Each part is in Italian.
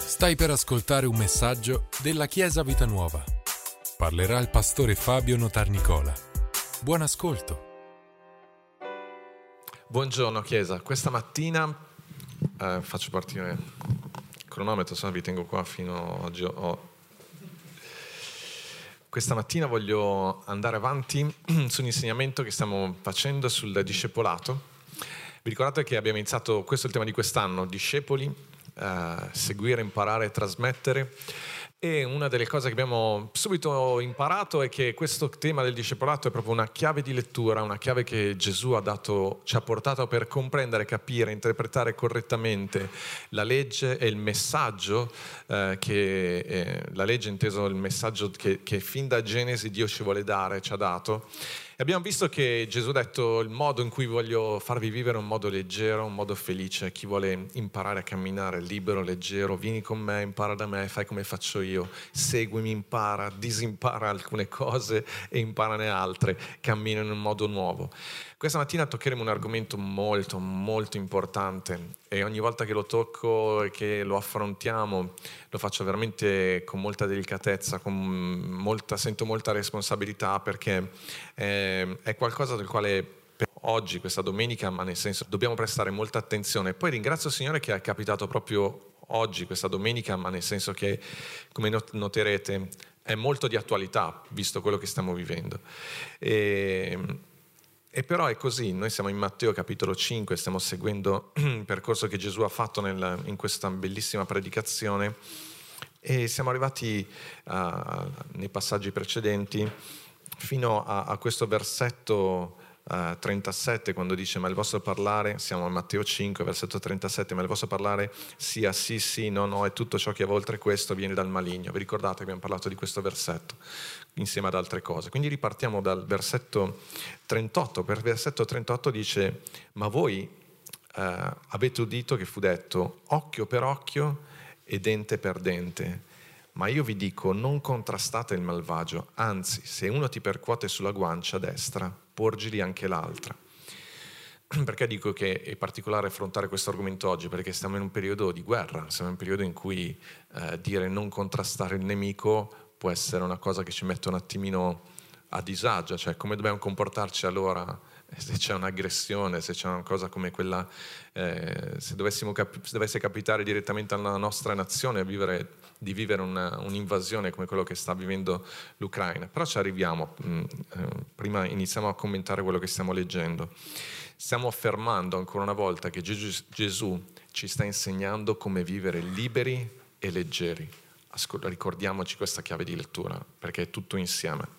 Stai per ascoltare un messaggio della Chiesa Vita Nuova. Parlerà il pastore Fabio Notarnicola. Buon ascolto. Buongiorno Chiesa, questa mattina faccio partire il cronometro, se no vi tengo qua fino oggi. Questa mattina voglio andare avanti sull'insegnamento che stiamo facendo sul discepolato. Vi ricordate che abbiamo iniziato, questo è il tema di quest'anno, discepoli, seguire, imparare e trasmettere. E una delle cose che abbiamo subito imparato è che questo tema del discepolato è proprio una chiave di lettura, una chiave che Gesù ci ha portato per comprendere, capire, interpretare correttamente la legge e il messaggio, la legge inteso il messaggio che fin da Genesi Dio ci vuole dare, ci ha dato. E abbiamo visto che Gesù ha detto: il modo in cui voglio farvi vivere è un modo leggero, un modo felice. Chi vuole imparare a camminare libero, leggero, vieni con me, impara da me, fai come faccio io, seguimi, impara, disimpara alcune cose e imparane altre, cammina in un modo nuovo. Questa mattina toccheremo un argomento molto, molto importante e ogni volta che lo tocco e che lo affrontiamo lo faccio veramente con molta delicatezza, sento molta responsabilità, perché è qualcosa del quale oggi, questa domenica, ma nel senso dobbiamo prestare molta attenzione. Poi ringrazio il Signore che è capitato proprio oggi, questa domenica, ma nel senso che, come noterete, è molto di attualità visto quello che stiamo vivendo. E però è così, noi siamo in Matteo capitolo 5, stiamo seguendo il percorso che Gesù ha fatto in questa bellissima predicazione e siamo arrivati nei passaggi precedenti fino a questo versetto 37, quando dice: ma il vostro parlare, siamo a Matteo 5, versetto 37, ma il vostro parlare sia sì, sì, no, no, e tutto ciò che va oltre questo viene dal maligno. Vi ricordate che abbiamo parlato di questo versetto insieme ad altre cose? Quindi ripartiamo dal versetto 38. Per versetto 38 dice: ma voi avete udito che fu detto occhio per occhio e dente per dente. Ma io vi dico, non contrastate il malvagio, anzi, se uno ti percuote sulla guancia destra, porgili anche l'altra. Perché dico che è particolare affrontare questo argomento oggi? Perché stiamo in un periodo di guerra, siamo in un periodo in cui dire non contrastare il nemico può essere una cosa che ci mette un attimino a disagio, cioè come dobbiamo comportarci allora se c'è un'aggressione, se c'è una cosa come quella, se dovesse capitare direttamente alla nostra nazione di vivere un'invasione come quello che sta vivendo l'Ucraina. Però ci arriviamo, prima iniziamo a commentare quello che stiamo leggendo. Stiamo affermando ancora una volta che Gesù ci sta insegnando come vivere liberi e leggeri. Ricordiamoci questa chiave di lettura, perché è tutto insieme.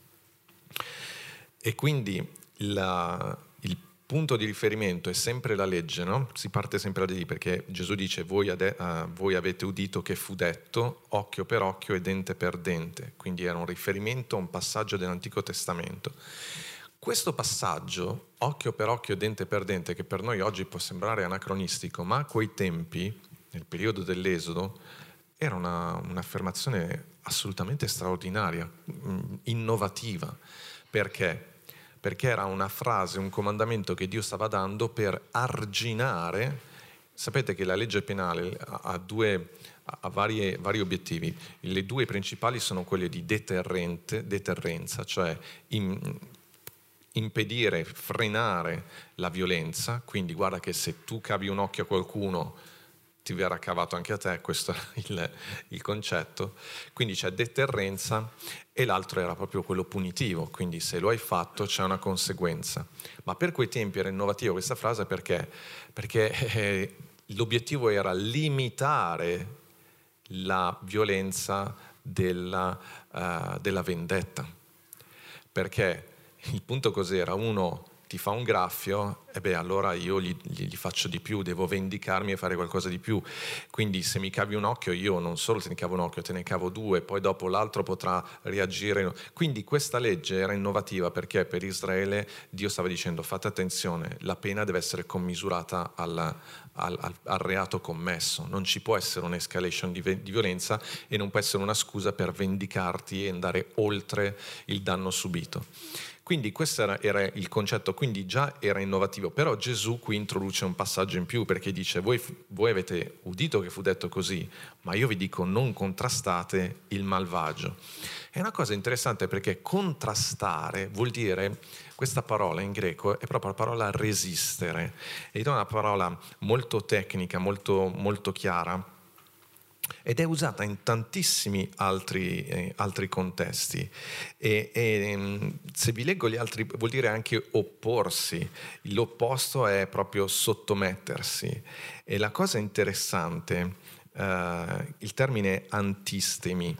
E quindi il punto di riferimento è sempre la legge, no? Si parte sempre da lì, perché Gesù dice voi avete udito che fu detto occhio per occhio e dente per dente. Quindi era un riferimento a un passaggio dell'Antico Testamento. Questo passaggio, occhio per occhio, dente per dente, che per noi oggi può sembrare anacronistico, ma a quei tempi, nel periodo dell'Esodo, era un'affermazione assolutamente straordinaria, innovativa. Perché? Perché era una frase, un comandamento che Dio stava dando per arginare. Sapete che la legge penale ha vari obiettivi. Le due principali sono quelle di deterrenza, cioè impedire, frenare la violenza. Quindi guarda che se tu cavi un occhio a qualcuno ti verrà cavato anche a te, questo è il concetto. Quindi c'è deterrenza, e l'altro era proprio quello punitivo, quindi se lo hai fatto c'è una conseguenza. Ma per quei tempi era innovativa questa frase perché l'obiettivo era limitare la violenza della vendetta. Perché il punto cos'era? Uno ti fa un graffio, e allora io gli faccio di più, devo vendicarmi e fare qualcosa di più. Quindi se mi cavi un occhio, io non solo te ne cavo un occhio, te ne cavo due, poi dopo l'altro potrà reagire. Quindi questa legge era innovativa perché per Israele Dio stava dicendo: fate attenzione, la pena deve essere commisurata al reato commesso, non ci può essere un'escalation di violenza e non può essere una scusa per vendicarti e andare oltre il danno subito. Quindi questo era il concetto, quindi già era innovativo, però Gesù qui introduce un passaggio in più, perché dice voi avete udito che fu detto così, ma io vi dico non contrastate il malvagio. È una cosa interessante perché contrastare vuol dire, questa parola in greco è proprio la parola resistere, ed è una parola molto tecnica, molto, molto chiara, ed è usata in tantissimi altri contesti e se vi leggo gli altri vuol dire anche opporsi, l'opposto è proprio sottomettersi. E la cosa interessante, il termine antiistemi,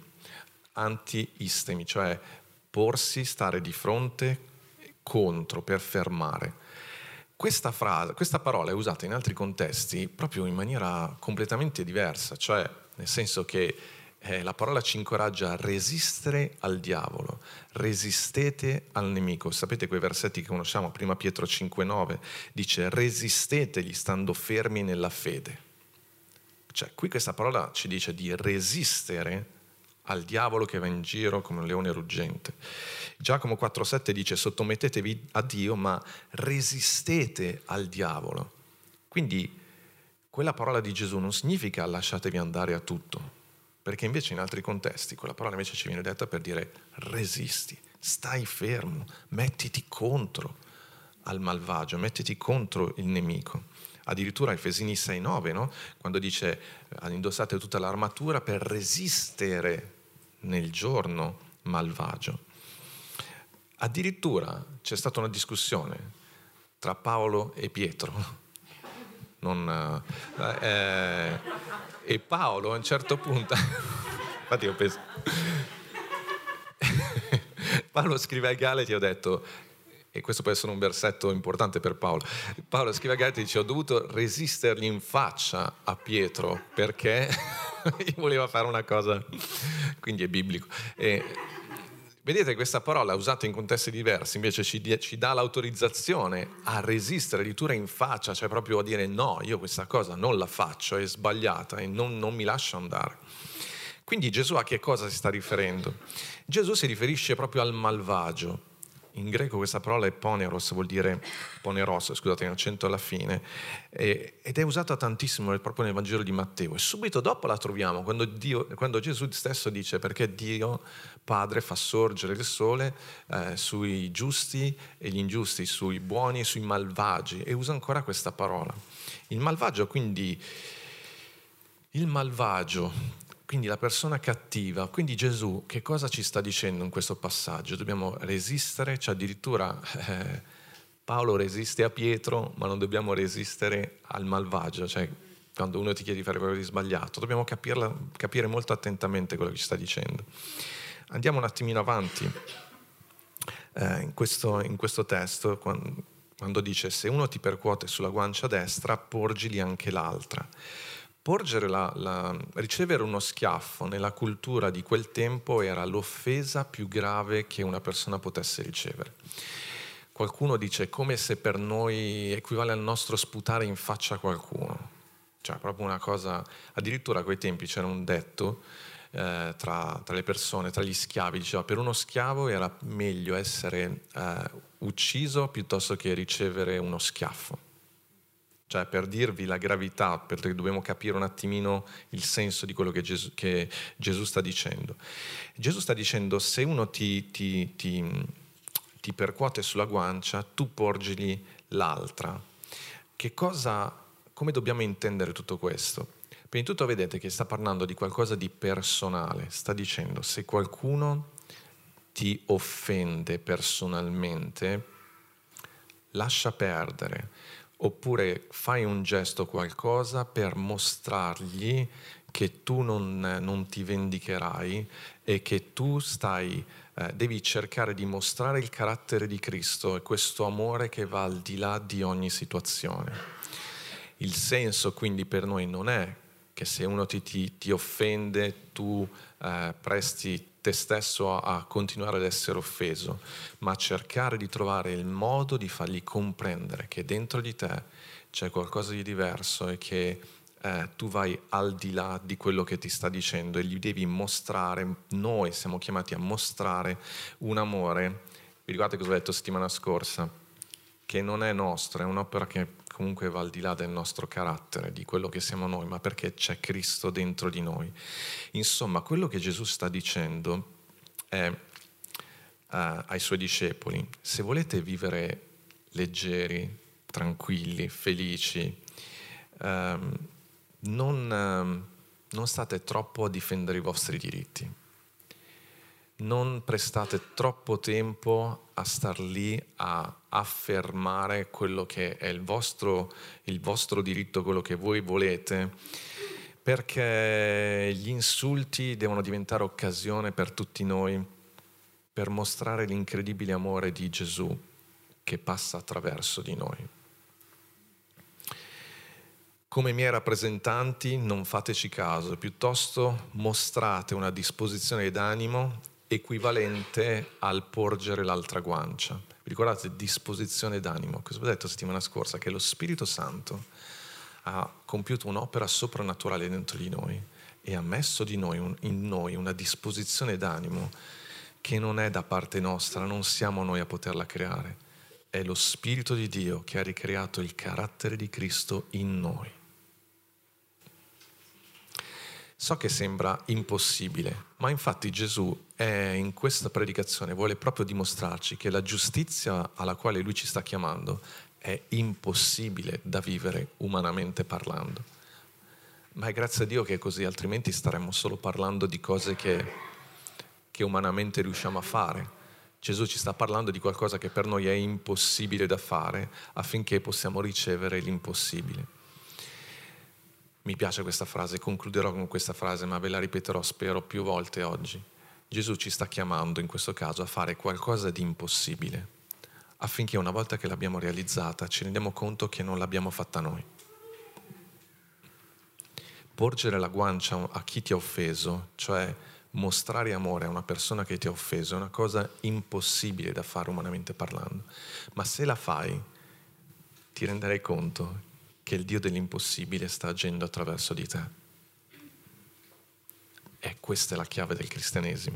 cioè porsi, stare di fronte, contro, per fermare. Questa parola è usata in altri contesti proprio in maniera completamente diversa, cioè nel senso che la parola ci incoraggia a resistere al diavolo, resistete al nemico. Sapete quei versetti che conosciamo, prima Pietro 5,9, dice resistetegli stando fermi nella fede. Cioè qui questa parola ci dice di resistere al diavolo che va in giro come un leone ruggente. Giacomo 4,7 dice sottomettetevi a Dio ma resistete al diavolo. Quindi quella parola di Gesù non significa lasciatevi andare a tutto, perché invece in altri contesti quella parola invece ci viene detta per dire resisti, stai fermo, mettiti contro al malvagio, mettiti contro il nemico. Addirittura Efesini 6,9, no? Quando dice indossate tutta l'armatura per resistere nel giorno malvagio. Addirittura c'è stata una discussione tra Paolo e Pietro. E Paolo a un certo punto infatti io penso Paolo scrive ai Galati, ho detto, e questo può essere un versetto importante per Paolo scrive ai Galati e dice ho dovuto resistergli in faccia a Pietro perché voleva fare una cosa, quindi è biblico. Vedete, questa parola usata in contesti diversi invece ci dà l'autorizzazione a resistere addirittura in faccia, cioè proprio a dire no, io questa cosa non la faccio, è sbagliata e non mi lascio andare. Quindi Gesù a che cosa si sta riferendo? Gesù si riferisce proprio al malvagio. In greco questa parola è poneros, vuol dire poneros, scusate, in accento alla fine, ed è usata tantissimo proprio nel Vangelo di Matteo. E subito dopo la troviamo quando Gesù stesso dice perché Dio Padre fa sorgere il sole sui giusti e gli ingiusti, sui buoni e sui malvagi, e usa ancora questa parola. Il malvagio, quindi la persona cattiva. Quindi Gesù che cosa ci sta dicendo in questo passaggio? Dobbiamo resistere, cioè addirittura Paolo resiste a Pietro, ma non dobbiamo resistere al malvagio, cioè quando uno ti chiede di fare qualcosa di sbagliato, dobbiamo capire molto attentamente quello che ci sta dicendo. Andiamo un attimino avanti in questo testo, quando dice se uno ti percuote sulla guancia destra, porgili anche l'altra. Porgere ricevere uno schiaffo nella cultura di quel tempo era l'offesa più grave che una persona potesse ricevere. Qualcuno dice come se per noi equivale al nostro sputare in faccia a qualcuno, cioè proprio una cosa. Addirittura a quei tempi c'era un detto tra le persone, tra gli schiavi, diceva per uno schiavo era meglio essere ucciso piuttosto che ricevere uno schiaffo. Cioè per dirvi la gravità, perché dobbiamo capire un attimino il senso di quello che Gesù sta dicendo. Gesù sta dicendo se uno ti percuote sulla guancia, tu porgili l'altra. Come dobbiamo intendere tutto questo? Prima di tutto vedete che sta parlando di qualcosa di personale, sta dicendo se qualcuno ti offende personalmente, lascia perdere. Oppure fai un gesto, qualcosa per mostrargli che tu non ti vendicherai e che tu devi cercare di mostrare il carattere di Cristo e questo amore che va al di là di ogni situazione. Il senso quindi per noi non è che se uno ti offende tu presti te stesso a continuare ad essere offeso, ma cercare di trovare il modo di fargli comprendere che dentro di te c'è qualcosa di diverso e che tu vai al di là di quello che ti sta dicendo e gli devi mostrare. Noi siamo chiamati a mostrare un amore Vi ricordate cosa ho detto settimana scorsa? Che non è nostra, è un'opera che comunque va al di là del nostro carattere, di quello che siamo noi, ma perché c'è Cristo dentro di noi. Insomma, quello che Gesù sta dicendo è ai suoi discepoli: se volete vivere leggeri, tranquilli, felici, non state troppo a difendere i vostri diritti. Non prestate troppo tempo a star lì a affermare quello che è il vostro diritto, quello che voi volete, perché gli insulti devono diventare occasione per tutti noi per mostrare l'incredibile amore di Gesù che passa attraverso di noi. Come miei rappresentanti non fateci caso, piuttosto mostrate una disposizione d'animo equivalente al porgere l'altra guancia. Vi ricordate disposizione d'animo? Cosa vi ho detto settimana scorsa? Che lo Spirito Santo ha compiuto un'opera soprannaturale dentro di noi e ha messo in noi una disposizione d'animo che non è da parte nostra, non siamo noi a poterla creare. È lo Spirito di Dio che ha ricreato il carattere di Cristo in noi. So che sembra impossibile, ma infatti Gesù in questa predicazione vuole proprio dimostrarci che la giustizia alla quale Lui ci sta chiamando è impossibile da vivere umanamente parlando. Ma è grazie a Dio che è così, altrimenti staremmo solo parlando di cose che umanamente riusciamo a fare. Gesù ci sta parlando di qualcosa che per noi è impossibile da fare affinché possiamo ricevere l'impossibile. Mi piace questa frase, concluderò con questa frase, ma ve la ripeterò spero più volte oggi. Gesù ci sta chiamando in questo caso a fare qualcosa di impossibile, affinché una volta che l'abbiamo realizzata ci rendiamo conto che non l'abbiamo fatta noi. Porgere la guancia a chi ti ha offeso, cioè mostrare amore a una persona che ti ha offeso, è una cosa impossibile da fare umanamente parlando. Ma se la fai, ti renderai conto che il Dio dell'impossibile sta agendo attraverso di te. E questa è la chiave del cristianesimo.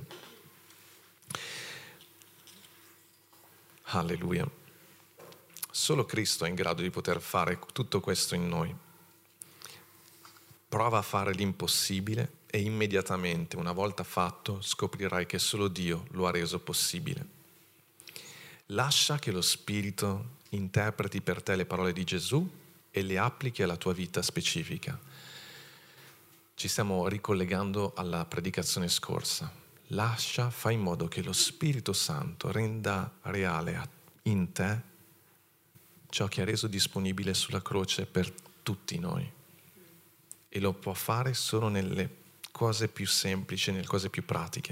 Alleluia. Solo Cristo è in grado di poter fare tutto questo in noi. Prova a fare l'impossibile e immediatamente, una volta fatto, scoprirai che solo Dio lo ha reso possibile. Lascia che lo Spirito interpreti per te le parole di Gesù e le applichi alla tua vita specifica. Ci stiamo ricollegando alla predicazione scorsa. Fai in modo che lo Spirito Santo renda reale in te ciò che ha reso disponibile sulla croce per tutti noi. E lo può fare solo nelle cose più semplici, nelle cose più pratiche.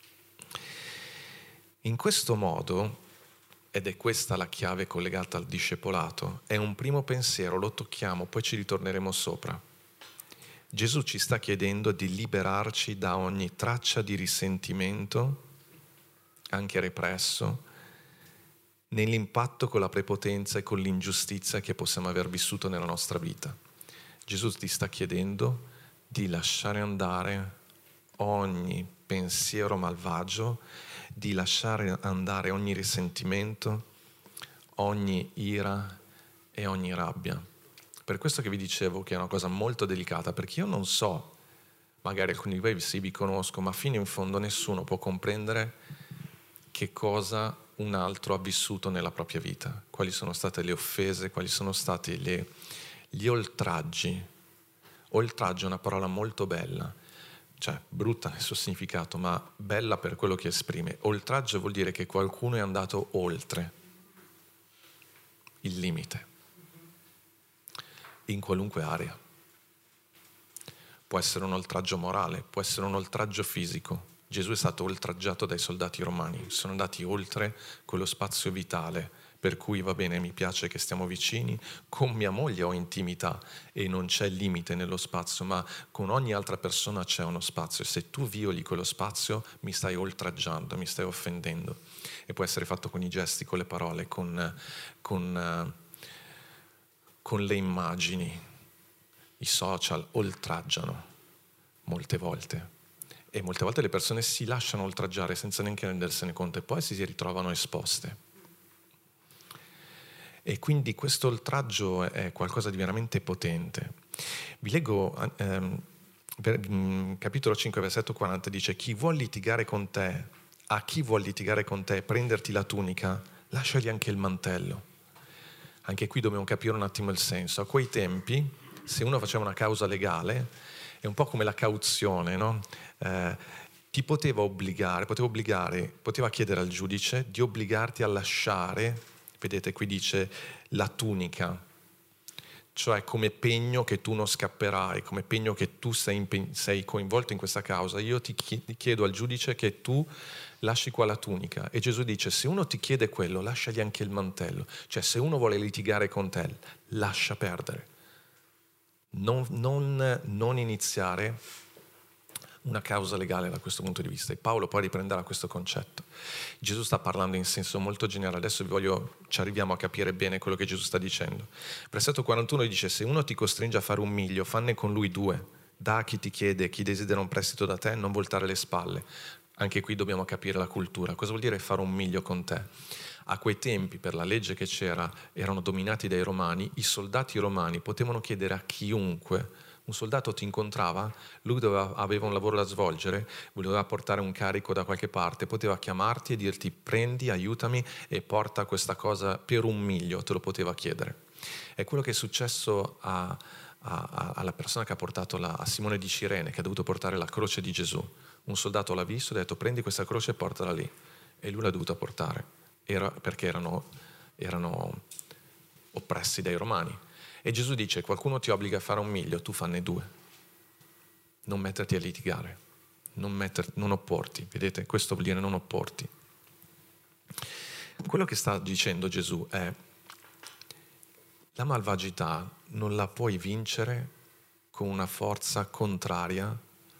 In questo modo, ed è questa la chiave collegata al discepolato, è un primo pensiero, lo tocchiamo, poi ci ritorneremo sopra. Gesù ci sta chiedendo di liberarci da ogni traccia di risentimento, anche represso, nell'impatto con la prepotenza e con l'ingiustizia che possiamo aver vissuto nella nostra vita. Gesù ti sta chiedendo di lasciare andare ogni pensiero malvagio, di lasciare andare ogni risentimento, ogni ira e ogni rabbia. Per questo che vi dicevo che è una cosa molto delicata, perché io non so, magari alcuni di voi sì vi conosco, ma fino in fondo nessuno può comprendere che cosa un altro ha vissuto nella propria vita, quali sono state le offese, quali sono stati gli oltraggi. Oltraggio è una parola molto bella, cioè brutta nel suo significato, ma bella per quello che esprime. Oltraggio vuol dire che qualcuno è andato oltre il limite, in qualunque area. Può essere un oltraggio morale, può essere un oltraggio fisico. Gesù è stato oltraggiato dai soldati romani, sono andati oltre quello spazio vitale, per cui va bene, mi piace che stiamo vicini, con mia moglie ho intimità e non c'è limite nello spazio, ma con ogni altra persona c'è uno spazio e se tu violi quello spazio mi stai oltraggiando, mi stai offendendo. E può essere fatto con i gesti, con le parole, con le immagini. I social oltraggiano molte volte E molte volte le persone si lasciano oltraggiare senza neanche rendersene conto e poi si ritrovano esposte. E quindi questo oltraggio è qualcosa di veramente potente. Vi leggo capitolo 5, versetto 40, dice: chi vuol litigare con te, a chi vuol litigare con te e prenderti la tunica, lasciagli anche il mantello. Anche qui dobbiamo capire un attimo il senso. A quei tempi, se uno faceva una causa legale, è un po' come la cauzione, no? Ti poteva chiedere al giudice di obbligarti a lasciare, vedete qui dice, la tunica, cioè come pegno che tu non scapperai, come pegno che tu sei coinvolto in questa causa. Io ti chiedo al giudice che tu lasci qua la tunica. E Gesù dice: se uno ti chiede quello, lasciagli anche il mantello. Cioè, se uno vuole litigare con te, lascia perdere. Non iniziare una causa legale da questo punto di vista. E Paolo poi riprenderà questo concetto. Gesù sta parlando in senso molto generale. Adesso ci arriviamo a capire bene quello che Gesù sta dicendo. Versetto 41 dice: se uno ti costringe a fare un miglio, fanne con lui 2. Da a chi ti chiede, chi desidera un prestito da te, non voltare le spalle. Anche qui dobbiamo capire la cultura. Cosa vuol dire fare un miglio con te? A quei tempi, per la legge che c'era, erano dominati dai romani. I soldati romani potevano chiedere a chiunque. Un soldato ti incontrava, lui aveva un lavoro da svolgere, voleva portare un carico da qualche parte, poteva chiamarti e dirti: prendi, aiutami e porta questa cosa per un miglio, te lo poteva chiedere. È quello che è successo alla persona che ha portato a Simone di Cirene, che ha dovuto portare la croce di Gesù. Un soldato l'ha visto e ha detto: prendi questa croce e portala lì. E lui l'ha dovuta portare, perché erano oppressi dai romani. E Gesù dice: qualcuno ti obbliga a fare un miglio, tu fanne 2. Non metterti a litigare, non opporti. Vedete, questo vuol dire non opporti. Quello che sta dicendo Gesù è: la malvagità non la puoi vincere con una forza contraria,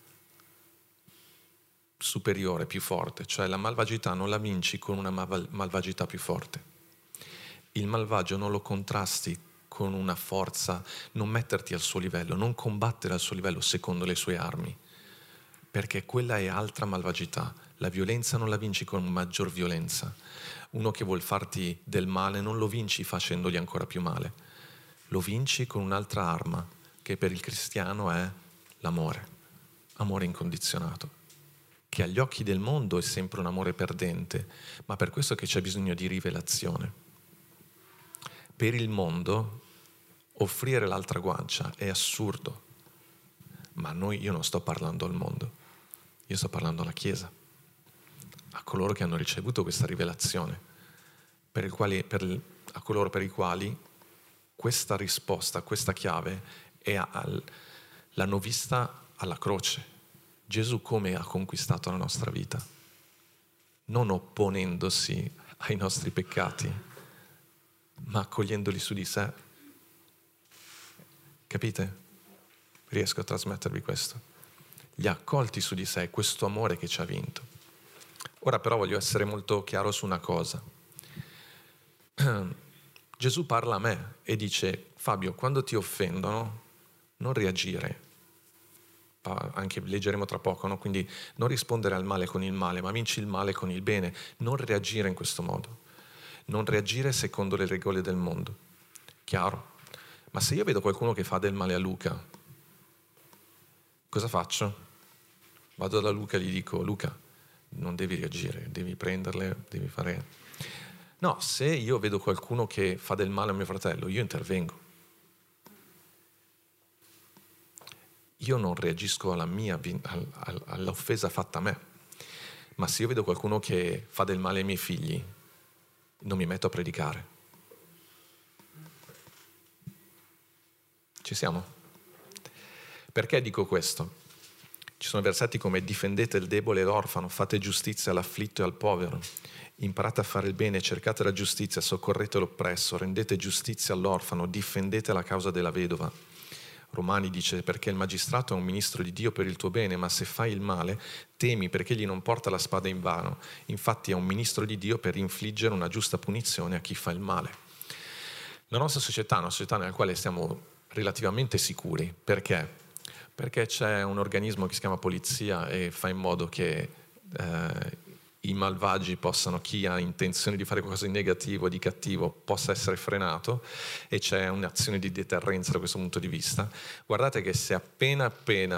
superiore, più forte. Cioè la malvagità non la vinci con una malvagità più forte. Il malvagio non lo contrasti con una forza, non metterti al suo livello, non combattere al suo livello secondo le sue armi, perché quella è altra malvagità. La violenza non la vinci con maggior violenza. Uno che vuol farti del male non lo vinci facendogli ancora più male, lo vinci con un'altra arma, che per il cristiano è l'amore, amore incondizionato, che agli occhi del mondo è sempre un amore perdente, ma per questo che c'è bisogno di rivelazione. Per il mondo offrire l'altra guancia è assurdo, ma io non sto parlando al mondo, io sto parlando alla Chiesa, a coloro che hanno ricevuto questa rivelazione, a coloro per i quali questa risposta, questa chiave l'hanno vista alla croce. Gesù come ha conquistato la nostra vita? Non opponendosi ai nostri peccati, ma accogliendoli su di sé. Capite? Riesco a trasmettervi questo. Li ha accolti su di sé, questo amore che ci ha vinto. Ora però voglio essere molto chiaro su una cosa. Gesù parla a me e dice: Fabio, quando ti offendono, non reagire. Anche leggeremo tra poco, no? Quindi non rispondere al male con il male, ma vinci il male con il bene. Non reagire in questo modo. Non reagire secondo le regole del mondo. Chiaro? Ma se io vedo qualcuno che fa del male a Luca, cosa faccio? Vado da Luca e gli dico: Luca, non devi reagire, devi prenderle, devi fare... No, se io vedo qualcuno che fa del male a mio fratello, io intervengo. Io non reagisco all'offesa fatta a me. Ma se io vedo qualcuno che fa del male ai miei figli, non mi metto a predicare. Ci siamo? Perché dico questo? Ci sono versetti come: difendete il debole e l'orfano, fate giustizia all'afflitto e al povero, imparate a fare il bene, cercate la giustizia, soccorrete l'oppresso, rendete giustizia all'orfano, difendete la causa della vedova. Romani dice: perché il magistrato è un ministro di Dio per il tuo bene, ma se fai il male temi, perché egli non porta la spada in vano. Infatti è un ministro di Dio per infliggere una giusta punizione a chi fa il male. La nostra società è una società nella quale siamo relativamente sicuri. Perché? Perché c'è un organismo che si chiama polizia e fa in modo che i malvagi possano, chi ha intenzione di fare qualcosa di negativo, di cattivo, possa essere frenato, e c'è un'azione di deterrenza da questo punto di vista. Guardate che se appena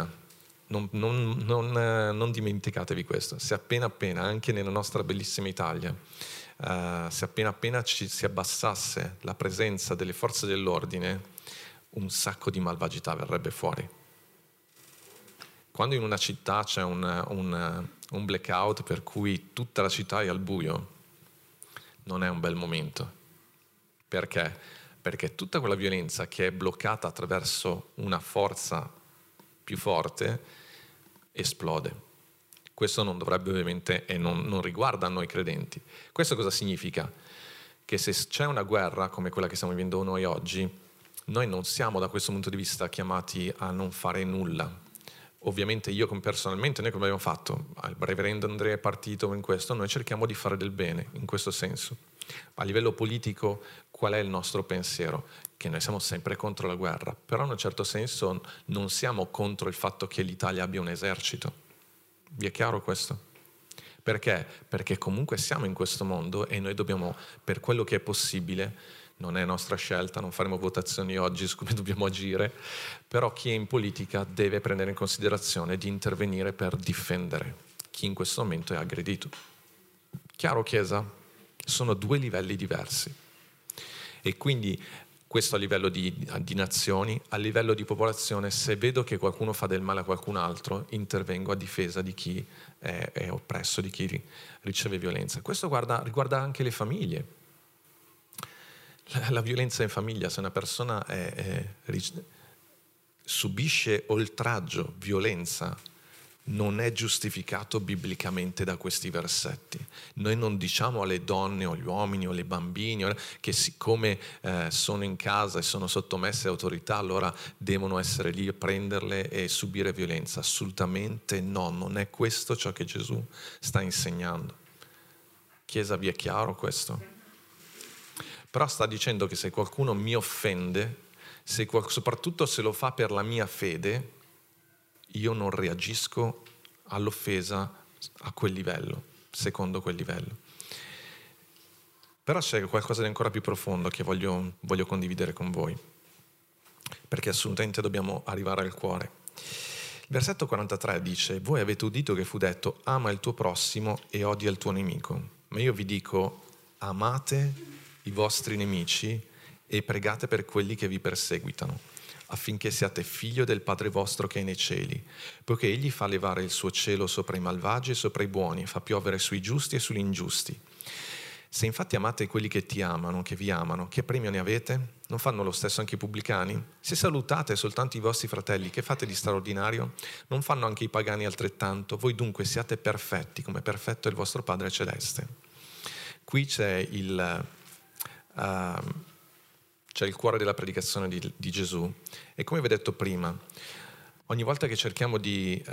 non dimenticatevi questo, se appena anche nella nostra bellissima Italia, se appena si abbassasse la presenza delle forze dell'ordine, un sacco di malvagità verrebbe fuori. Quando in una città c'è un blackout per cui tutta la città è al buio, non è un bel momento. Perché? Perché tutta quella violenza che è bloccata attraverso una forza più forte esplode. Questo non dovrebbe ovviamente, e non riguarda noi credenti. Questo cosa significa? Che se c'è una guerra come quella che stiamo vivendo noi oggi, noi non siamo da questo punto di vista chiamati a non fare nulla. Ovviamente personalmente, noi come abbiamo fatto, il reverendo Andrea è partito in questo, noi cerchiamo di fare del bene in questo senso. A livello politico qual è il nostro pensiero? Che noi siamo sempre contro la guerra, però in un certo senso non siamo contro il fatto che l'Italia abbia un esercito. Vi è chiaro questo? Perché? Perché comunque siamo in questo mondo e noi dobbiamo, per quello che è possibile, non è nostra scelta, non faremo votazioni oggi su come dobbiamo agire, però chi è in politica deve prendere in considerazione di intervenire per difendere chi in questo momento è aggredito. Chiaro, Chiesa? Sono due livelli diversi. E quindi questo a livello di nazioni, a livello di popolazione, se vedo che qualcuno fa del male a qualcun altro, intervengo a difesa di chi è oppresso, di chi riceve violenza. Questo riguarda anche le famiglie. La violenza in famiglia, se una persona subisce oltraggio, violenza, non è giustificato biblicamente da questi versetti. Noi non diciamo alle donne o agli uomini o alle bambini che siccome sono in casa e sono sottomesse a autorità allora devono essere lì a prenderle e subire violenza. Assolutamente no, non è questo ciò che Gesù sta insegnando. Chiesa, vi è chiaro questo? Però sta dicendo che se qualcuno mi offende, soprattutto se lo fa per la mia fede, io non reagisco all'offesa a quel livello, secondo quel livello. Però c'è qualcosa di ancora più profondo che voglio condividere con voi, perché assolutamente dobbiamo arrivare al cuore. Il versetto 43 dice: voi avete udito che fu detto ama il tuo prossimo e odia il tuo nemico, ma io vi dico amate i vostri nemici e pregate per quelli che vi perseguitano, affinché siate figlio del Padre vostro che è nei cieli, poiché egli fa levare il suo cielo sopra i malvagi e sopra i buoni, fa piovere sui giusti e sugli ingiusti. Se infatti amate quelli che ti amano, che vi amano, che premio ne avete? Non fanno lo stesso anche i pubblicani? Se salutate soltanto i vostri fratelli, che fate di straordinario? Non fanno anche i pagani altrettanto? Voi dunque siate perfetti, come perfetto è il vostro Padre celeste. Qui c'è il cuore della predicazione di Gesù, e come vi ho detto prima, ogni volta che cerchiamo di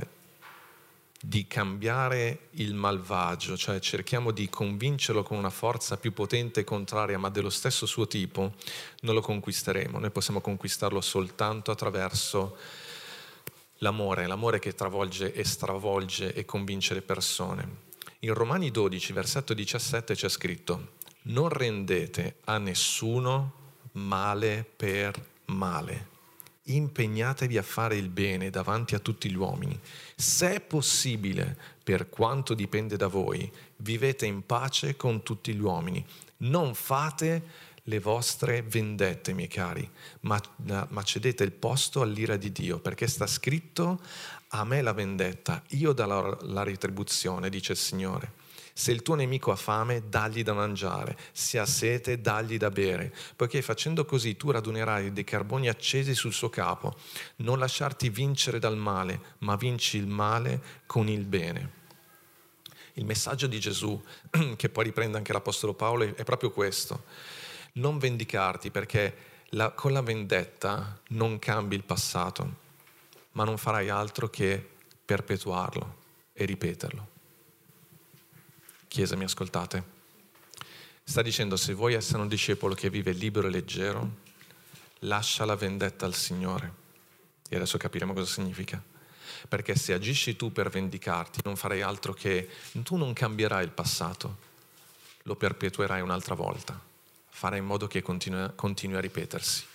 cambiare il malvagio, cioè cerchiamo di convincerlo con una forza più potente e contraria ma dello stesso suo tipo, non lo conquisteremo. Noi possiamo conquistarlo soltanto attraverso l'amore che travolge e stravolge e convince le persone. In Romani 12, versetto 17 c'è scritto: non rendete a nessuno male per male, impegnatevi a fare il bene davanti a tutti gli uomini. Se è possibile, per quanto dipende da voi, vivete in pace con tutti gli uomini. Non fate le vostre vendette, miei cari, ma cedete il posto all'ira di Dio, perché sta scritto: a me la vendetta, io darò la retribuzione, dice il Signore. Se il tuo nemico ha fame, dagli da mangiare, se ha sete, dagli da bere, poiché facendo così tu radunerai dei carboni accesi sul suo capo. Non lasciarti vincere dal male, ma vinci il male con il bene. Il messaggio di Gesù, che poi riprende anche l'Apostolo Paolo, è proprio questo: non vendicarti, perché con la vendetta non cambi il passato, ma non farai altro che perpetuarlo e ripeterlo. Chiesa, mi ascoltate? Sta dicendo: se vuoi essere un discepolo che vive libero e leggero, lascia la vendetta al Signore, E adesso capiremo cosa significa. Perché se agisci tu per vendicarti, non farai altro che, tu non cambierai il passato, lo perpetuerai un'altra volta, farai in modo che continui a ripetersi.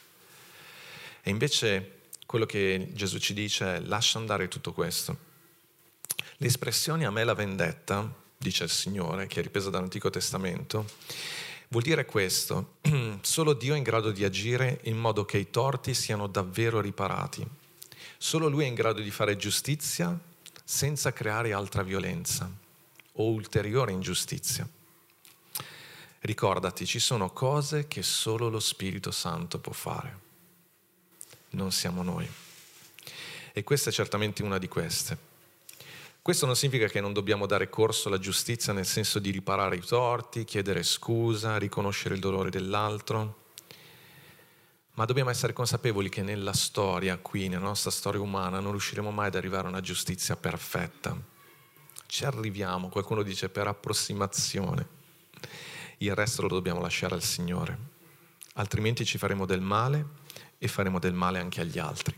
E invece quello che Gesù ci dice è: lascia andare tutto questo. L'espressione "a me la vendetta", dice il Signore, che è ripresa dall'Antico Testamento, vuol dire questo: solo Dio è in grado di agire in modo che i torti siano davvero riparati. Solo Lui è in grado di fare giustizia senza creare altra violenza o ulteriore ingiustizia. Ricordati, ci sono cose che solo lo Spirito Santo può fare. Non siamo noi. E questa è certamente una di queste. Questo non significa che non dobbiamo dare corso alla giustizia nel senso di riparare i torti, chiedere scusa, riconoscere il dolore dell'altro, ma dobbiamo essere consapevoli che nella storia, qui, nella nostra storia umana, non riusciremo mai ad arrivare a una giustizia perfetta. Ci arriviamo, qualcuno dice per approssimazione. Il resto lo dobbiamo lasciare al Signore, altrimenti ci faremo del male e faremo del male anche agli altri.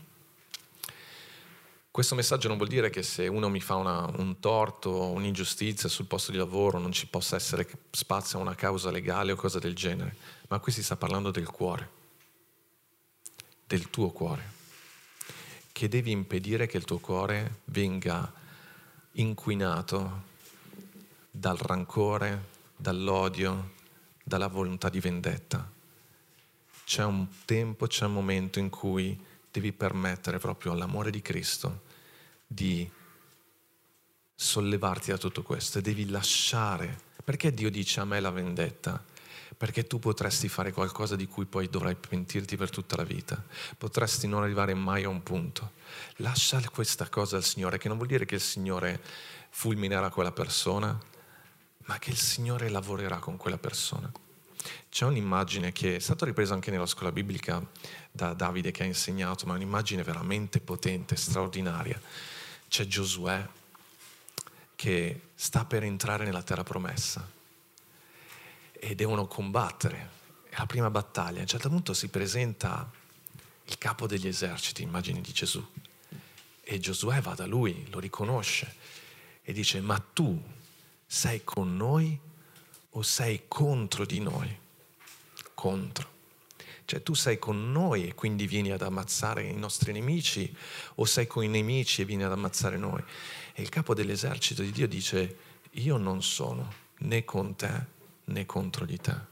Questo messaggio non vuol dire che se uno mi fa un torto o un'ingiustizia sul posto di lavoro non ci possa essere spazio a una causa legale o cosa del genere, ma qui si sta parlando del cuore, del tuo cuore, che devi impedire che il tuo cuore venga inquinato dal rancore, dall'odio, dalla volontà di vendetta. C'è un tempo, c'è un momento in cui devi permettere proprio all'amore di Cristo di sollevarti da tutto questo e devi lasciare. Perché Dio dice "a me la vendetta"? Perché tu potresti fare qualcosa di cui poi dovrai pentirti per tutta la vita. Potresti non arrivare mai a un punto. Lascia questa cosa al Signore, che non vuol dire che il Signore fulminerà quella persona, ma che il Signore lavorerà con quella persona. C'è un'immagine che è stata ripresa anche nella scuola biblica da Davide, che ha insegnato, ma è un'immagine veramente potente, straordinaria. C'è Giosuè che sta per entrare nella terra promessa e devono combattere. È la prima battaglia. A un certo punto si presenta il capo degli eserciti, immagine di Gesù, e Giosuè va da lui, lo riconosce e dice: ma tu sei con noi o sei contro di noi? Contro. Cioè tu sei con noi e quindi vieni ad ammazzare i nostri nemici, o sei con i nemici e vieni ad ammazzare noi? E il capo dell'esercito di Dio dice: io non sono né con te né contro di te.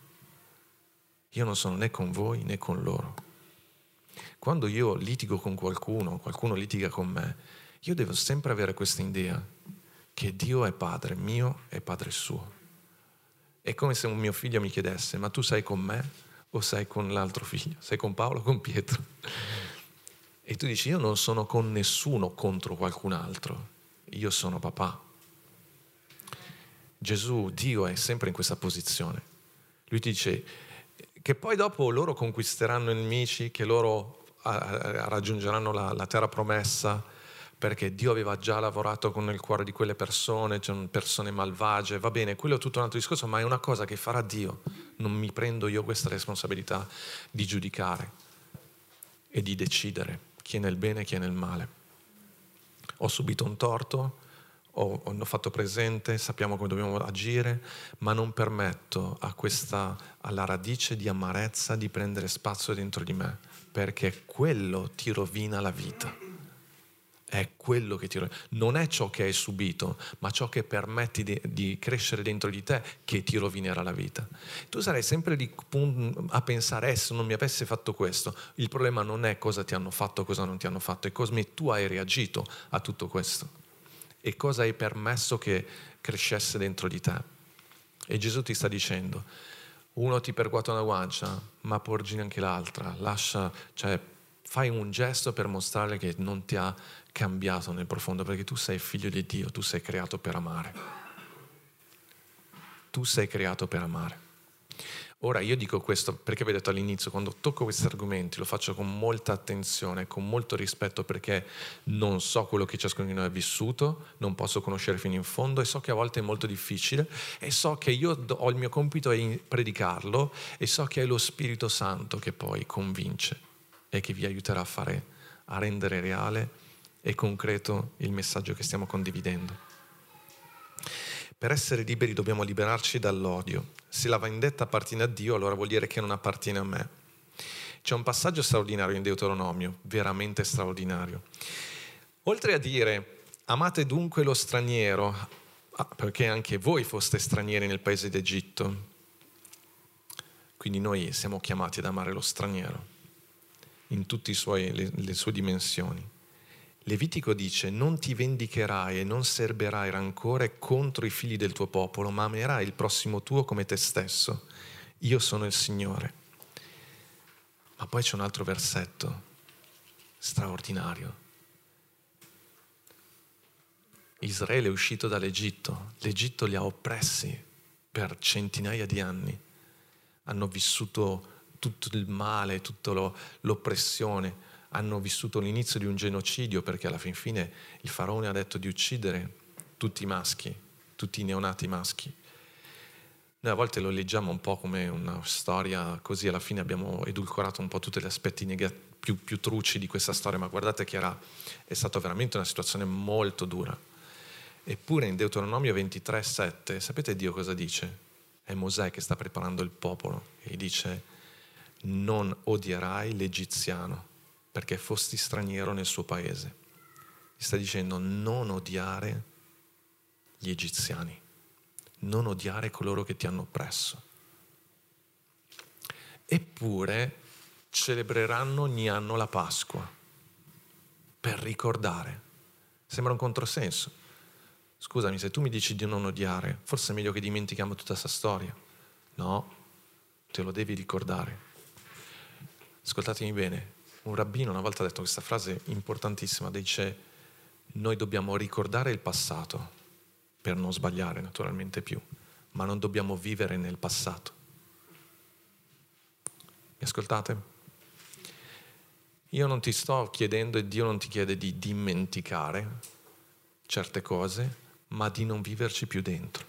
Io non sono né con voi né con loro. Quando io litigo con qualcuno litiga con me, io devo sempre avere questa idea che Dio è padre mio e padre suo. È come se un mio figlio mi chiedesse: ma tu sei con me o sei con l'altro figlio? Sei con Paolo o con Pietro? E tu dici: io non sono con nessuno contro qualcun altro, io sono papà. Gesù, Dio, è sempre in questa posizione. Lui ti dice che poi dopo loro conquisteranno i nemici, che loro raggiungeranno la terra promessa, perché Dio aveva già lavorato con il cuore di quelle persone, c'erano persone malvagie, va bene, quello è tutto un altro discorso, ma è una cosa che farà Dio. Non mi prendo io questa responsabilità di giudicare e di decidere chi è nel bene e chi è nel male. Ho subito un torto, ho fatto presente, sappiamo come dobbiamo agire, ma non permetto alla radice di amarezza di prendere spazio dentro di me, perché quello ti rovina la vita. È quello che non è ciò che hai subito, ma ciò che permetti di crescere dentro di te che ti rovinerà la vita. Tu sarai sempre lì a pensare: se non mi avesse fatto questo. Il problema non è cosa ti hanno fatto o cosa non ti hanno fatto, è come tu hai reagito a tutto questo e cosa hai permesso che crescesse dentro di te. E Gesù ti sta dicendo: uno ti percuote una guancia, ma porgine anche l'altra. Fai un gesto per mostrare che non ti ha cambiato nel profondo, perché tu sei figlio di Dio, tu sei creato per amare. Tu sei creato per amare. Ora io dico questo perché vi ho detto all'inizio, quando tocco questi argomenti lo faccio con molta attenzione, con molto rispetto, perché non so quello che ciascuno di noi ha vissuto, non posso conoscere fino in fondo e so che a volte è molto difficile e so che io ho il mio compito è predicarlo e so che è lo Spirito Santo che poi convince e che vi aiuterà a rendere reale e concreto il messaggio che stiamo condividendo. Per essere liberi dobbiamo liberarci dall'odio. Se la vendetta appartiene a Dio, allora vuol dire che non appartiene a me. C'è un passaggio straordinario in Deuteronomio, veramente straordinario. Oltre a dire, amate dunque lo straniero, perché anche voi foste stranieri nel paese d'Egitto. Quindi noi siamo chiamati ad amare lo straniero in tutte le sue dimensioni. Levitico dice, non ti vendicherai e non serberai rancore contro i figli del tuo popolo, ma amerai il prossimo tuo come te stesso. Io sono il Signore. Ma poi c'è un altro versetto straordinario. Israele è uscito dall'Egitto, l'Egitto li ha oppressi per centinaia di anni, hanno vissuto tutto il male, tutta l'oppressione, hanno vissuto l'inizio di un genocidio perché alla fin fine il faraone ha detto di uccidere tutti i maschi, tutti i neonati maschi. Noi a volte lo leggiamo un po' come una storia così, alla fine abbiamo edulcorato un po' tutti gli aspetti più truci di questa storia, ma guardate che è stata veramente una situazione molto dura. Eppure in Deuteronomio 23,7, sapete Dio cosa dice? È Mosè che sta preparando il popolo e dice: non odierai l'egiziano perché fosti straniero nel suo paese. Gli sta dicendo non odiare gli egiziani, non odiare coloro che ti hanno oppresso. Eppure celebreranno ogni anno la Pasqua per ricordare. Sembra un controsenso. Scusami, se tu mi dici di non odiare, forse è meglio che dimentichiamo tutta questa storia. No, te lo devi ricordare. Ascoltatemi bene, un rabbino una volta ha detto questa frase importantissima, dice: noi dobbiamo ricordare il passato per non sbagliare naturalmente più, ma non dobbiamo vivere nel passato. Mi ascoltate? Io non ti sto chiedendo e Dio non ti chiede di dimenticare certe cose, ma di non viverci più dentro.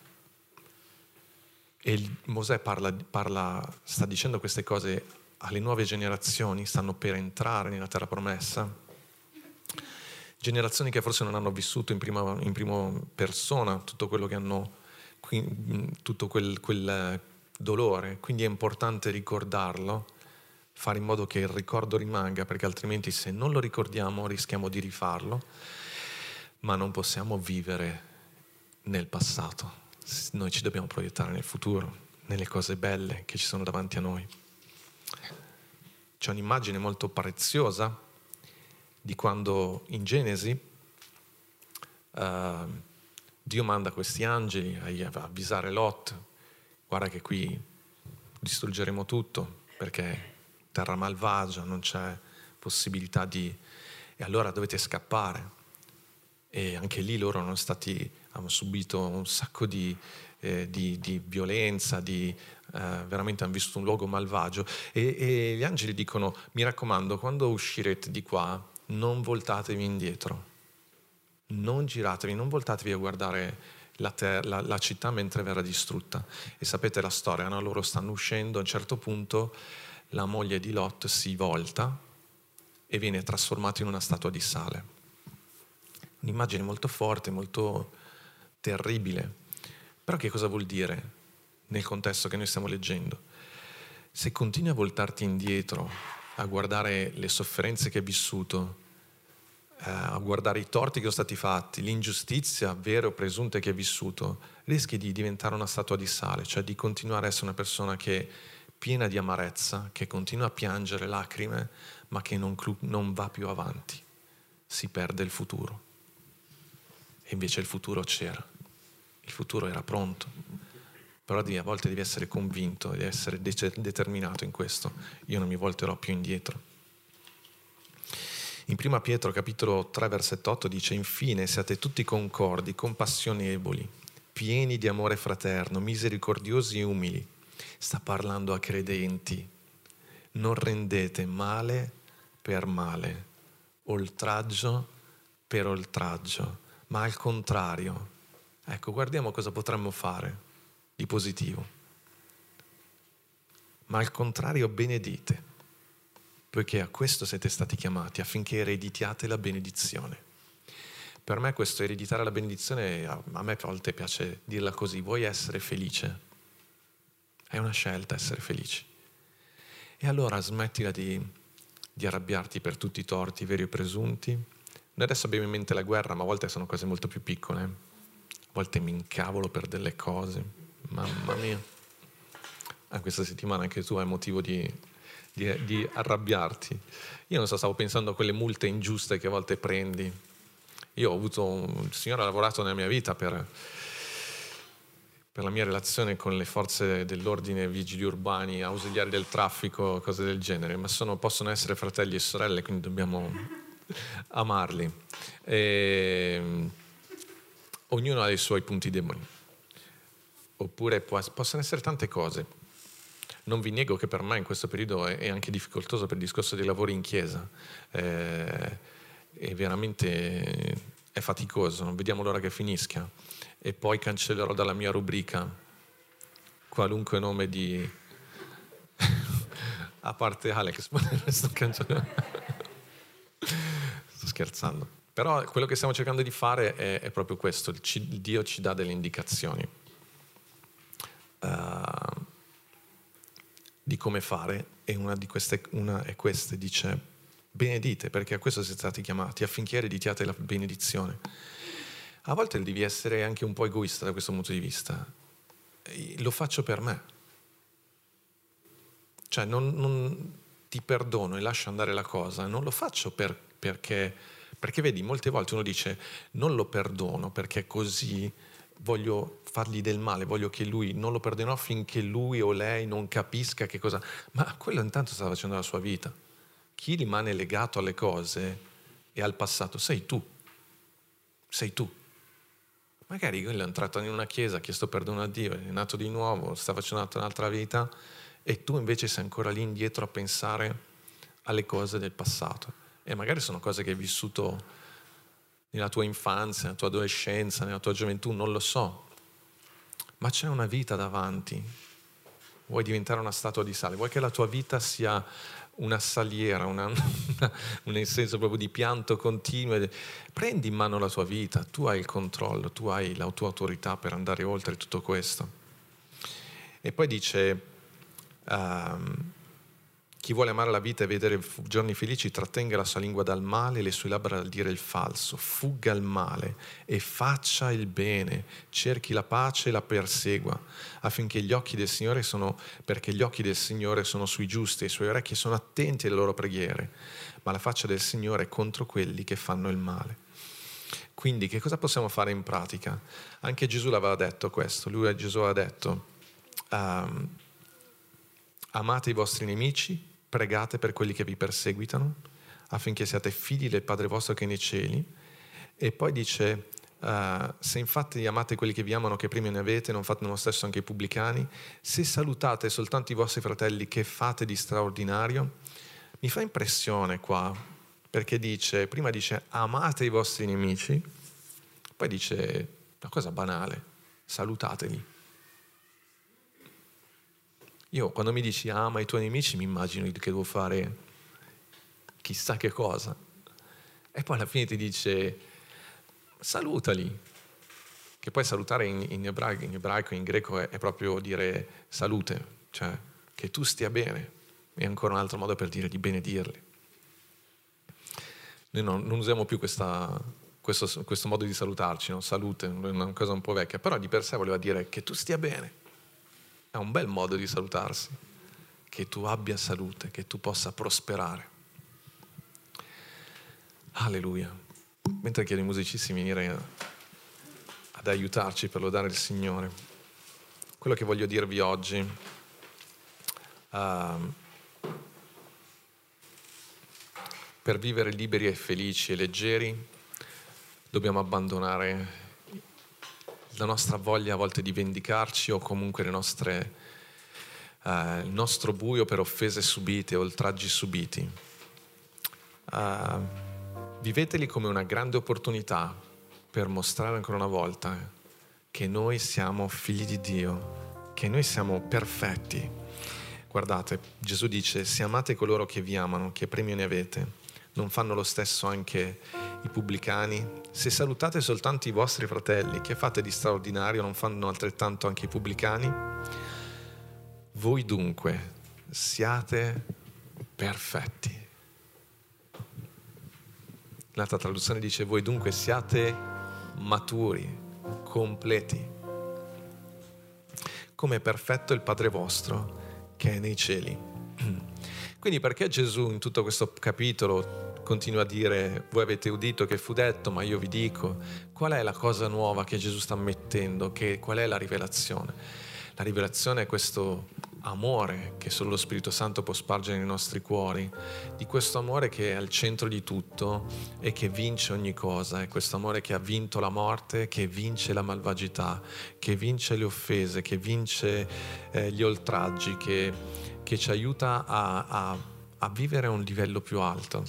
E Mosè sta dicendo queste cose alle nuove generazioni, stanno per entrare nella terra promessa, generazioni che forse non hanno vissuto in prima persona tutto quello che hanno, tutto quel dolore, quindi è importante ricordarlo, fare in modo che il ricordo rimanga, perché altrimenti se non lo ricordiamo rischiamo di rifarlo, ma non possiamo vivere nel passato. Noi ci dobbiamo proiettare nel futuro, nelle cose belle che ci sono davanti a noi. C'è un'immagine molto preziosa di quando in Genesi Dio manda questi angeli a avvisare Lot: guarda che qui distruggeremo tutto perché terra malvagia, non c'è possibilità e allora dovete scappare. E anche lì loro hanno subito un sacco di violenza, veramente hanno visto un luogo malvagio e gli angeli dicono: mi raccomando, quando uscirete di qua non voltatevi indietro, non giratevi, non voltatevi a guardare la città mentre verrà distrutta. E sapete la storia, no? Loro stanno uscendo, a un certo punto la moglie di Lot si volta e viene trasformata in una statua di sale. Un'immagine molto forte, molto terribile. Però che cosa vuol dire nel contesto che noi stiamo leggendo? Se continui a voltarti indietro, a guardare le sofferenze che hai vissuto, a guardare i torti che sono stati fatti, l'ingiustizia vera o presunta che hai vissuto, rischi di diventare una statua di sale, cioè di continuare a essere una persona che è piena di amarezza, che continua a piangere lacrime, ma che non va più avanti. Si perde il futuro. E invece il futuro c'era, il futuro era pronto, però a volte devi essere convinto, devi essere determinato in questo. Io non mi volterò più indietro. In 1 Pietro capitolo 3 versetto 8 dice: infine siate tutti concordi, compassionevoli, pieni di amore fraterno, misericordiosi e umili. Sta parlando a credenti. Non rendete male per male, oltraggio per oltraggio, ma al contrario. Ecco, guardiamo cosa potremmo fare di positivo. Ma al contrario benedite. poiché a questo siete stati chiamati, affinché ereditiate la benedizione. Per me questo ereditare la benedizione, a me a volte piace dirla così: vuoi essere felice? È una scelta essere felici. E allora smettila di arrabbiarti per tutti i torti veri o presunti. Noi adesso abbiamo in mente la guerra, ma a volte sono cose molto più piccole. A volte mi incavolo per delle cose. Mamma mia. Questa settimana anche tu hai motivo di arrabbiarti. Io non so, stavo pensando a quelle multe ingiuste che a volte prendi. Io ho avuto il Signore ha lavorato nella mia vita per la mia relazione con le forze dell'ordine, vigili urbani, ausiliari del traffico, cose del genere, ma possono essere fratelli e sorelle, quindi dobbiamo amarli. Ognuno ha i suoi punti deboli. Oppure possono essere tante cose. Non vi nego che per me in questo periodo è anche difficoltoso per il discorso dei lavori in chiesa. E veramente è faticoso, non vediamo l'ora che finisca. E poi cancellerò dalla mia rubrica qualunque nome di a parte Alex. Sto scherzando, però quello che stiamo cercando di fare è proprio questo. Dio ci dà delle indicazioni di come fare, e una è questa, dice: benedite, perché a questo siete stati chiamati, affinché ereditiate la benedizione. A volte devi essere anche un po' egoista da questo punto di vista. Lo faccio per me. Cioè non ti perdono e lascio andare la cosa, non lo faccio perché vedi, molte volte uno dice: non lo perdono perché così voglio fargli del male, voglio che lui, non lo perdonerò finché lui o lei non capisca che cosa. Ma quello intanto sta facendo la sua vita. Chi rimane legato alle cose e al passato sei tu. Magari quello è entrato in una chiesa, ha chiesto perdono a Dio, è nato di nuovo, sta facendo un'altra vita, e tu invece sei ancora lì indietro a pensare alle cose del passato. E magari sono cose che hai vissuto nella tua infanzia, nella tua adolescenza, nella tua gioventù, non lo so. Ma c'è una vita davanti. Vuoi diventare una statua di sale? Vuoi che la tua vita sia una saliera, un senso proprio di pianto continuo? Prendi in mano la tua vita, tu hai il controllo, tu hai la tua autorità per andare oltre tutto questo. E poi dice: chi vuole amare la vita e vedere giorni felici, trattenga la sua lingua dal male e le sue labbra dal dire il falso, fugga il male e faccia il bene, cerchi la pace e la persegua, affinché gli occhi del Signore perché gli occhi del Signore sono sui giusti e i suoi orecchi sono attenti alle loro preghiere, ma la faccia del Signore è contro quelli che fanno il male. Quindi che cosa possiamo fare in pratica? Anche Gesù l'aveva detto questo. Gesù aveva detto: amate i vostri nemici, pregate per quelli che vi perseguitano, affinché siate figli del Padre vostro che è nei cieli. E poi dice: se infatti amate quelli che vi amano, che prima ne avete, non fate lo stesso anche i pubblicani? Se salutate soltanto i vostri fratelli, che fate di straordinario? Mi fa impressione qua, perché prima dice amate i vostri nemici, poi dice una cosa banale: salutateli. Io quando mi dici ama i tuoi nemici mi immagino che devo fare chissà che cosa, e poi alla fine ti dice salutali, che poi salutare in ebraico, in greco è proprio dire salute, cioè che tu stia bene, è ancora un altro modo per dire di benedirli. Noi non usiamo più questo modo di salutarci, no? Salute, è una cosa un po' vecchia, però di per sé voleva dire che tu stia bene. È un bel modo di salutarsi, che tu abbia salute, che tu possa prosperare. Alleluia. Mentre chiedo ai musicisti di venire ad aiutarci per lodare il Signore, quello che voglio dirvi oggi per vivere liberi e felici e leggeri dobbiamo abbandonare la nostra voglia a volte di vendicarci, o comunque il nostro buio per offese subite, oltraggi subiti. Viveteli come una grande opportunità per mostrare ancora una volta che noi siamo figli di Dio, che noi siamo perfetti. Guardate, Gesù dice: se amate coloro che vi amano, che premio ne avete? Non fanno lo stesso anche i pubblicani? Se salutate soltanto i vostri fratelli, che fate di straordinario? Non fanno altrettanto anche i pubblicani? Voi dunque siate perfetti. L'altra traduzione dice: voi dunque siate maturi, completi, come è perfetto il Padre vostro che è nei cieli. Quindi perché Gesù in tutto questo capitolo continua a dire: voi avete udito che fu detto, ma io vi dico? Qual è la cosa nuova che Gesù sta mettendo? Qual è la rivelazione? La rivelazione è questo amore che solo lo Spirito Santo può spargere nei nostri cuori, di questo amore che è al centro di tutto e che vince ogni cosa, è questo amore che ha vinto la morte, che vince la malvagità, che vince le offese, che vince gli oltraggi, che ci aiuta a vivere a un livello più alto,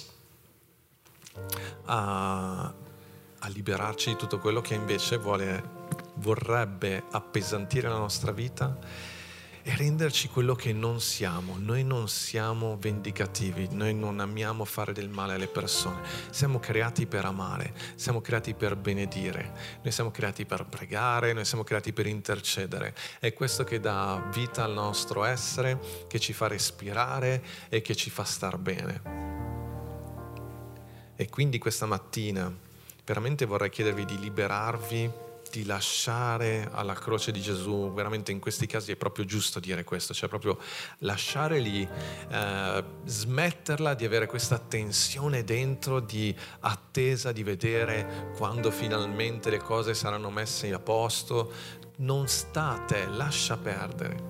a liberarci di tutto quello che invece vorrebbe appesantire la nostra vita e renderci quello che non siamo. Noi non siamo vendicativi, noi non amiamo fare del male alle persone, siamo creati per amare, siamo creati per benedire, noi siamo creati per pregare, noi siamo creati per intercedere. È questo che dà vita al nostro essere, che ci fa respirare e che ci fa star bene. E quindi questa mattina veramente vorrei chiedervi di liberarvi, di lasciare alla croce di Gesù. Veramente in questi casi è proprio giusto dire questo, cioè proprio lasciare lì, smetterla di avere questa tensione dentro di attesa di vedere quando finalmente le cose saranno messe a posto. Non sta a te, lascia perdere,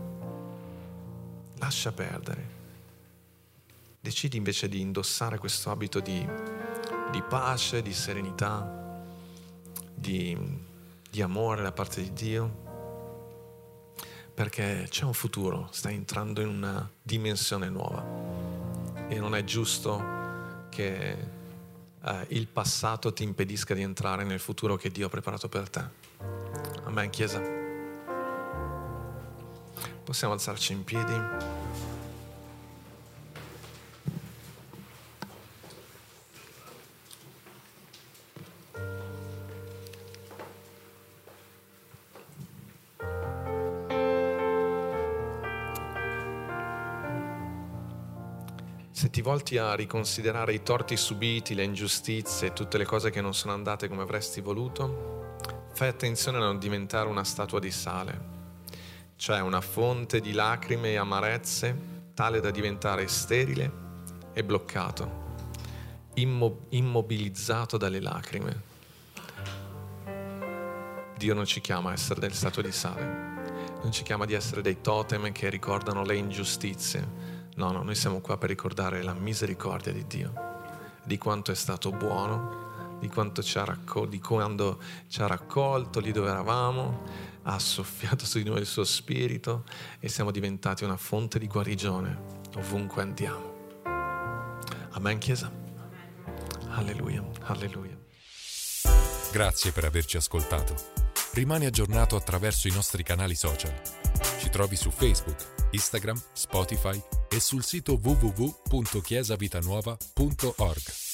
decidi invece di indossare questo abito di pace, di serenità, di amore da parte di Dio, perché c'è un futuro, stai entrando in una dimensione nuova e non è giusto che il passato ti impedisca di entrare nel futuro che Dio ha preparato per te. Amen, Chiesa? Possiamo alzarci in piedi? Se ti volti a riconsiderare i torti subiti, le ingiustizie, tutte le cose che non sono andate come avresti voluto, fai attenzione a non diventare una statua di sale, cioè una fonte di lacrime e amarezze tale da diventare sterile e bloccato, immobilizzato dalle lacrime. Dio non ci chiama a essere delle statue di sale, non ci chiama di essere dei totem che ricordano le ingiustizie. No, noi siamo qua per ricordare la misericordia di Dio, di quanto è stato buono, di quanto di quando ci ha raccolto lì dove eravamo, ha soffiato su di noi il suo spirito e siamo diventati una fonte di guarigione ovunque andiamo. Amen, Chiesa? Alleluia, alleluia. Grazie per averci ascoltato. Rimani aggiornato attraverso i nostri canali social. Ci trovi su Facebook, Instagram, Spotify e sul sito www.chiesavitanuova.org.